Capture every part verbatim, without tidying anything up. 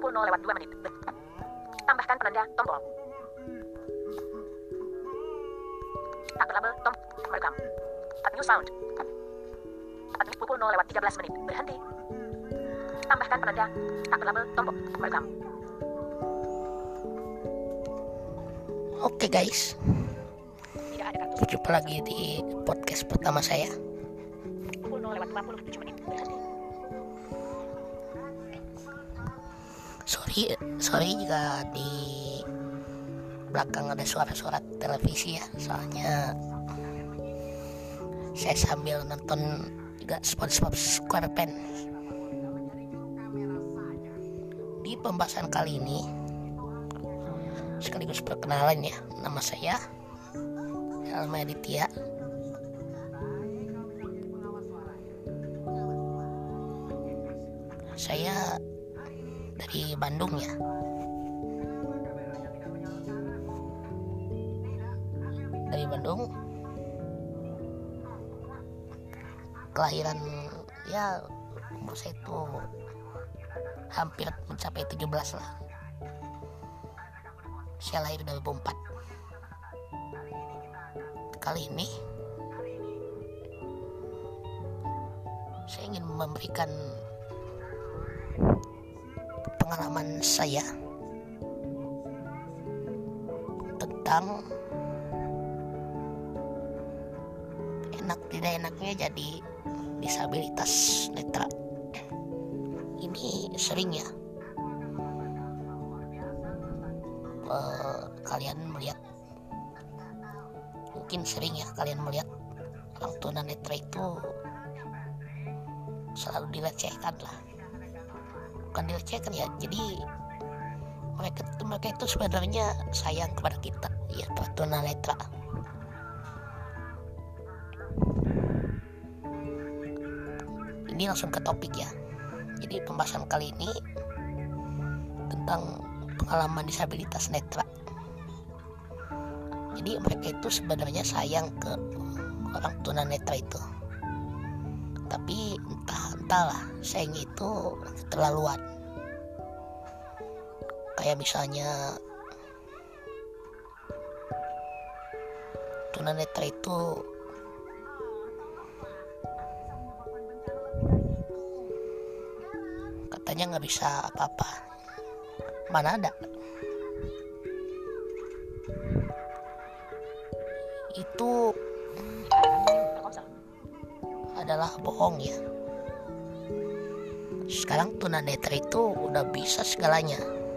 pukul nol lewat dua menit. Tambahkan penanda tombol. Tak berlabel tombol merekam. Add new sound. Add pukul nol lewat tiga belas menit. Berhenti. Tambahkan penanda tak berlabel tombol merekam. Oke guys, berjumpa lagi di podcast pertama saya. Pukul nol lewat lima puluh tujuh menit. Berhenti. Sorry, sorry jika di belakang ada suara-suara televisi ya. Soalnya saya sambil nonton juga SpongeBob SquarePants. Di pembahasan kali ini sekaligus perkenalan ya, nama saya Helma Aditya. Saya dari Bandung ya. Dari Bandung. Kelahiran ya umur saya itu hampir mencapai tujuh belas lah. Saya lahir dua ribu empat. Kali ini saya ingin memberikan pengalaman saya tentang enak tidak enaknya jadi disabilitas netra. Ini sering ya uh, kalian melihat, mungkin sering ya kalian melihat orang tunanetra itu selalu dilecehkan lah. Bukan dilecehkan ya, jadi mereka mereka itu sebenarnya sayang kepada kita ya, para tunanetra. Ini langsung ke topik ya. Jadi pembahasan kali ini tentang pengalaman disabilitas netra. Jadi mereka itu sebenarnya sayang ke orang tunanetra itu, tapi entah entahlah sayangnya itu keterlaluan. Kayak misalnya tunanetra itu katanya nggak bisa apa-apa. Mana ada? Itu adalah bohong ya. Sekarang tunanetra itu udah bisa segalanya.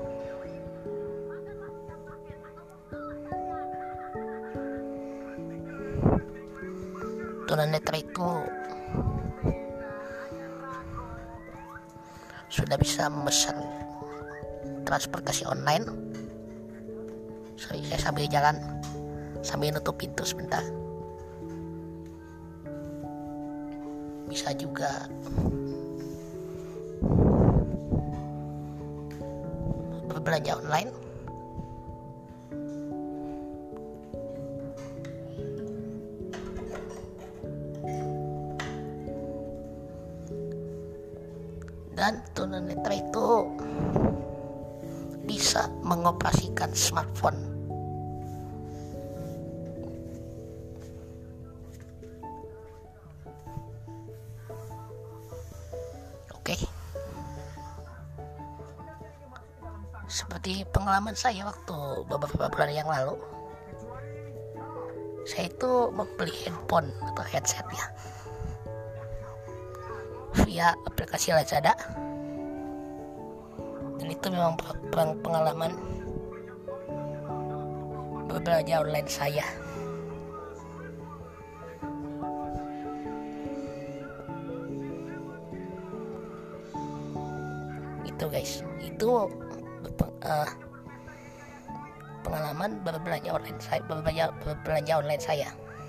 Tunanetra itu sudah bisa memesan transportasi online. Sorry, saya sambil jalan sambil nutup pintu sebentar. Bisa juga berbelanja online. Dan tunanetra itu bisa mengoperasikan smartphone. Oke. Seperti pengalaman saya waktu beberapa bulan yang lalu, saya itu membeli handphone atau headset ya via aplikasi Lazada. Dan itu memang pengalaman berbelanja online saya. Itu guys, itu uh, pengalaman berbelanja online saya, berbelanja, berbelanja online saya.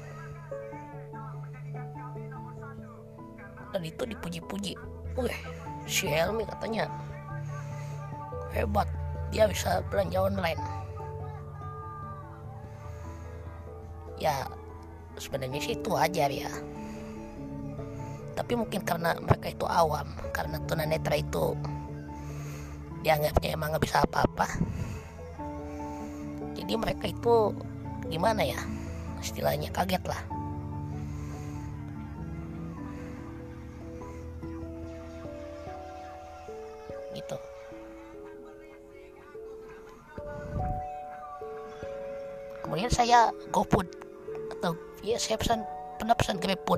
Dan itu dipuji-puji. Wih, si Helmi katanya hebat, dia bisa belanja online. Ya sebenarnya sih itu wajar ya, tapi mungkin karena mereka itu awam, karena tunanetra itu dianggapnya emang nggak bisa apa-apa. Jadi mereka itu gimana ya, istilahnya kaget lah. Gitu. Kemudian saya GoFood atau ya saya pesan pernah pesan GrabFood.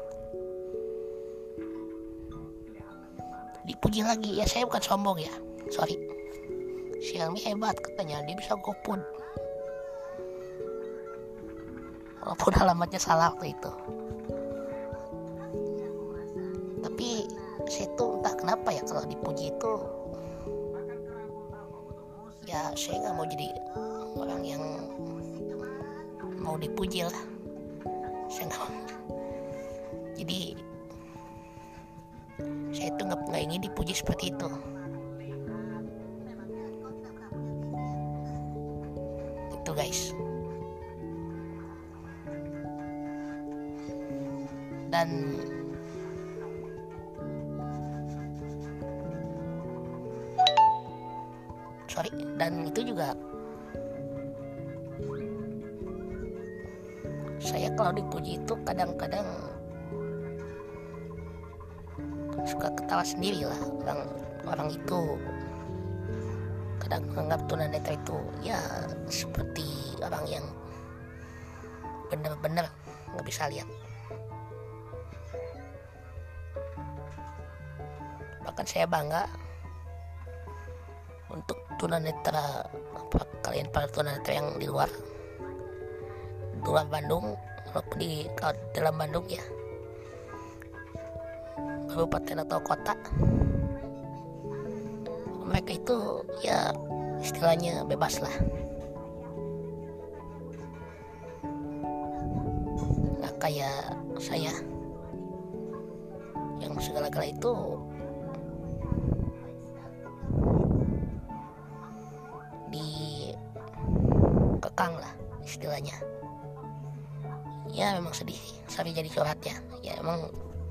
Dipuji lagi, ya saya bukan sombong ya, sorry. Xiaomi hebat katanya, dia bisa GoFood. Walaupun alamatnya salah waktu itu. Tapi saya tuh entah kenapa ya kalau dipuji itu, ya saya nggak mau jadi orang yang mau dipuji lah. Saya nggak mau. Jadi saya tuh nggak nggak ingin dipuji seperti itu. Itu guys. Dan sorry dan itu juga saya kalau dipuji itu kadang-kadang suka ketawa sendiri lah. Orang orang itu kadang menganggap tunanetra itu ya seperti orang yang benar-benar nggak bisa lihat. Bahkan saya bangga untuk tunanetra, kalian para tunanetra yang di luar di luar Bandung, walaupun di dalam Bandung ya, kabupaten atau kota, mereka itu ya istilahnya bebas lah, nggak kayak saya yang segala-gala itu dikekang lah istilahnya. Ya memang sedih, sorry jadi curhat ya. Ya emang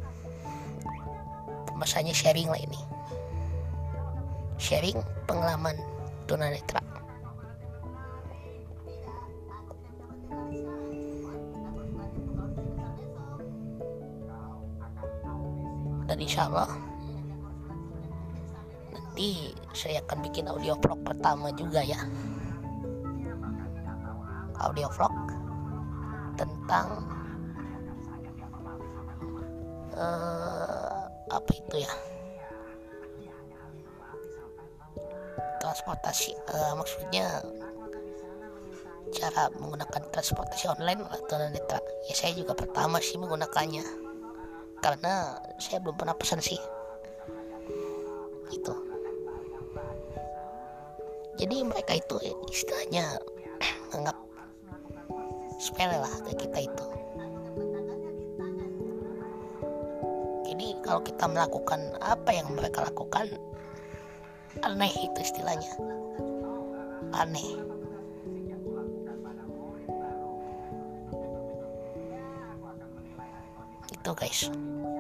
masanya sharing lah ini, sharing pengalaman tunanetra. Dan insya Allah nanti saya akan bikin audio vlog pertama juga ya, audio vlog tentang uh, apa itu ya, transportasi, uh, maksudnya cara menggunakan transportasi online atau tunanetra. Ya saya juga pertama sih menggunakannya, karena saya belum pernah pesan sih gitu. Jadi mereka itu istilahnya menganggap sepele lah ke kita itu. Jadi kalau kita melakukan apa yang mereka lakukan, aneh itu istilahnya, aneh. Itu guys.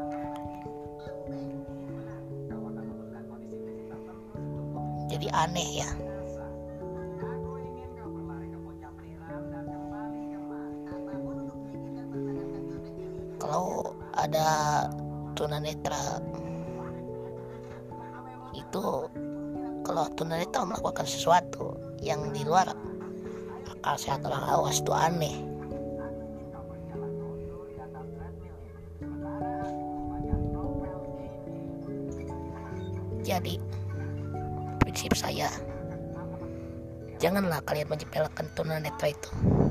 Jadi aneh ya. Kalau ada tunanetra itu, kalau tunanetra melakukan sesuatu yang di luar akal sehat orang awas itu aneh. Jadi prinsip saya, janganlah kalian menyepelekan tunanetra itu.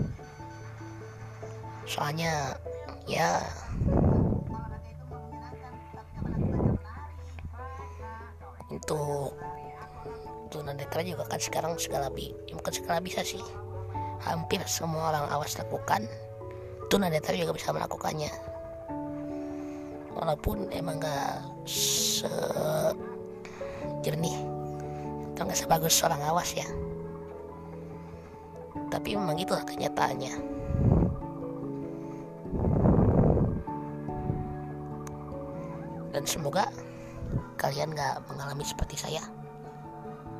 Soalnya ya untuk tunanetra juga kan sekarang segala bi bukan segala bisa sih, hampir semua orang awas lakukan, tunanetra juga bisa melakukannya, walaupun emang gak sejernih atau gak sebagus orang awas ya, tapi memang itulah kenyataannya. Dan semoga kalian gak mengalami seperti saya.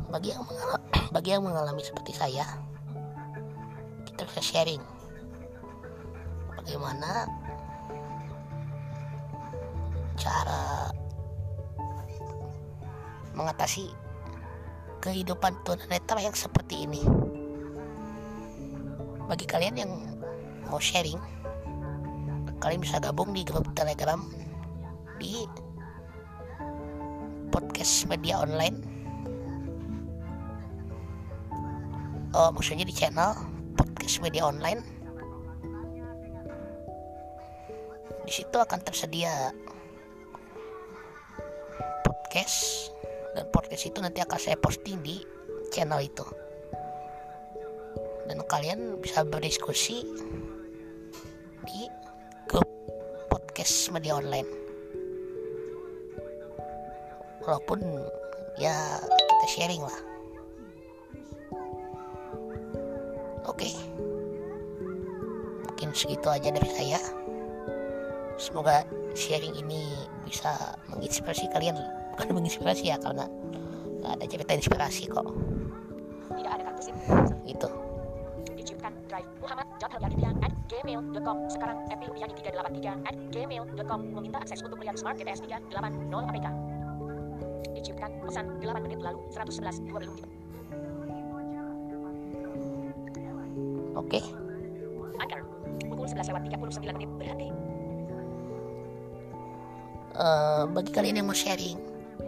bagi yang mengalami, bagi yang mengalami seperti saya, kita bisa sharing bagaimana cara mengatasi kehidupan tunanetra yang seperti ini. Bagi kalian yang mau sharing, kalian bisa gabung di grup Telegram di podcast media online. Oh, maksudnya di channel podcast media online. Di situ akan tersedia podcast, dan podcast itu nanti akan saya posting di channel itu, dan kalian bisa berdiskusi di grup podcast media online. Walaupun ya kita sharing lah. Oke, mungkin segitu aja dari saya. Semoga sharing ini bisa menginspirasi kalian. Bukan menginspirasi ya, karena gak ada cerita inspirasi kok. Tidak ada kartu SIM. Gitu. Diciptakan Drive Muhammad Jabhalyaditya at gmail dot com. Sekarang M P Rupiani tiga delapan tiga at gmail dot com meminta akses untuk melihat Smart G T S tiga delapan nol A P K. Diciptakan pesan delapan menit lalu seratus sebelas dua belum. Oke. Anchor pukul sebelas lewat tiga puluh sembilan menit berhenti. Uh, bagi kalian yang mau sharing,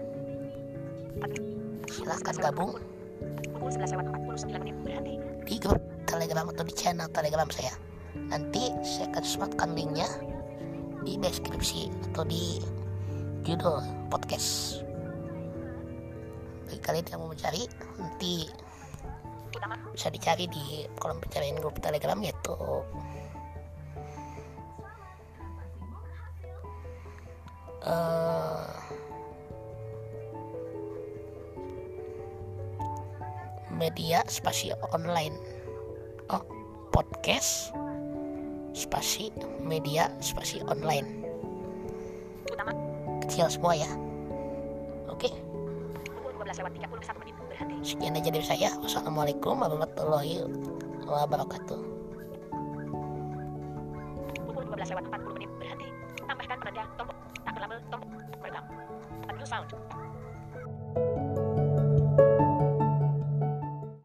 silahkan gabung pukul sebelas lewat empat puluh sembilan menit berhenti di grup Telegram atau di channel Telegram saya. Nanti saya akan sematkan linknya di deskripsi atau di judul podcast. Bagi kalian yang mau mencari, nanti bisa dicari di kolom pencarian grup Telegram, yaitu uh, media spasi online. Oh, podcast spasi media spasi online. Kecil semua ya. Oke. pukul dua belas lewat tiga puluh satu menit berhenti. Sekian aja dari saya. Wassalamualaikum warahmatullahi wabarakatuh. Pukul dua belas lewat empat puluh menit berhenti. Tambahkan penanda tombol tak berlabel tombol merekam. Audio sound.